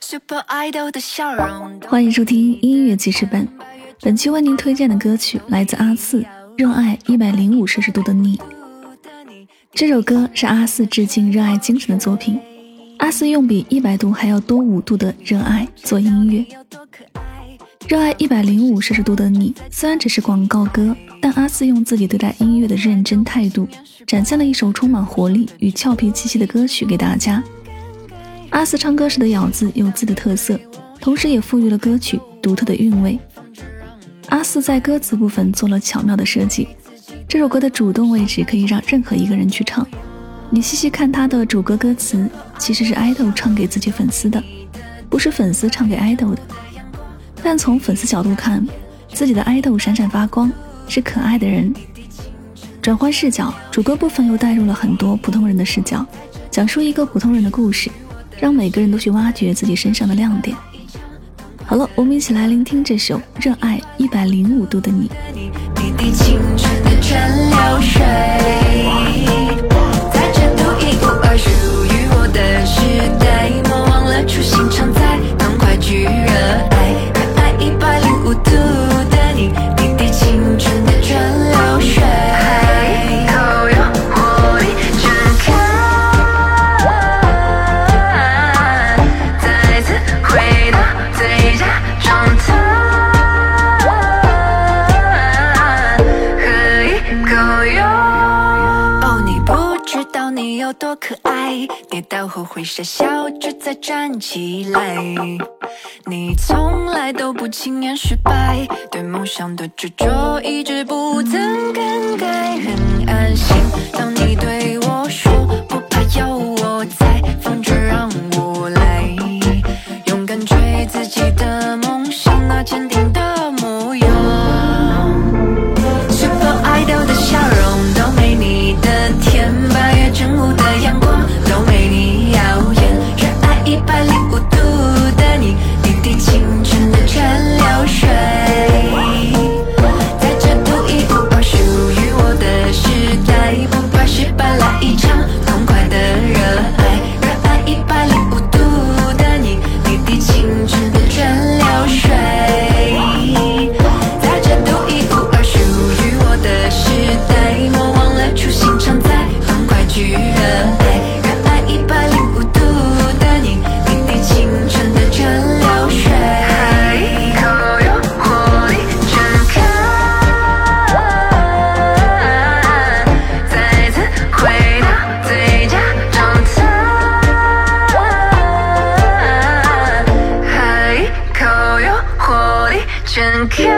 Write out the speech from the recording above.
欢迎收听音乐记事本，本期为您推荐的歌曲来自阿肆《热爱105摄氏度的你》。这首歌是阿肆致敬热爱精神的作品。阿肆用比100度还要多5度的热爱做音乐。热爱105摄氏度的你虽然只是广告歌，但阿肆用自己对待音乐的认真态度，展现了一首充满活力与俏皮气息的歌曲给大家。阿肆唱歌时的咬字有自己的特色，同时也赋予了歌曲独特的韵味。阿肆在歌词部分做了巧妙的设计，这首歌的主动位置可以让任何一个人去唱。你细细看他的主歌歌词，其实是爱豆唱给自己粉丝的，不是粉丝唱给爱豆的。但从粉丝角度看，自己的爱豆闪闪发光，是可爱的人。转换视角，主歌部分又带入了很多普通人的视角，讲述一个普通人的故事，让每个人都去挖掘自己身上的亮点。好了，我们一起来聆听这首《热爱105度的你》。 滴滴清澈的蒸馏水，在这独一无二属于我的时代，莫忘了初心常在，痛快去热爱，热爱105度的你，滴滴清澈的蒸馏水，口有活力盛开，再次回到最佳状态。你有多可爱，跌倒后会傻笑着再站起来，你从来都不轻言失败，对梦想的执着一直不曾更改，很安心当你对我说不怕有我在，风就让我来，勇敢追自己的梦想，那坚定的模样，Super Idol 的笑容都没你的甜，8月正午的阳光都没你耀眼，热爱105度的你，滴滴清澈的蒸馏水，在这独一无二属于我的时代，不怕失败，来一场痛快的热爱，热爱105度的你，滴滴清澈的蒸馏水，在这独一无二属于我的时代，莫忘了初心常在，痛快去热爱，热爱105度的你，滴滴清澈的蒸馏水，口有活力盛开，再次回到最佳状态，口有活力盛开。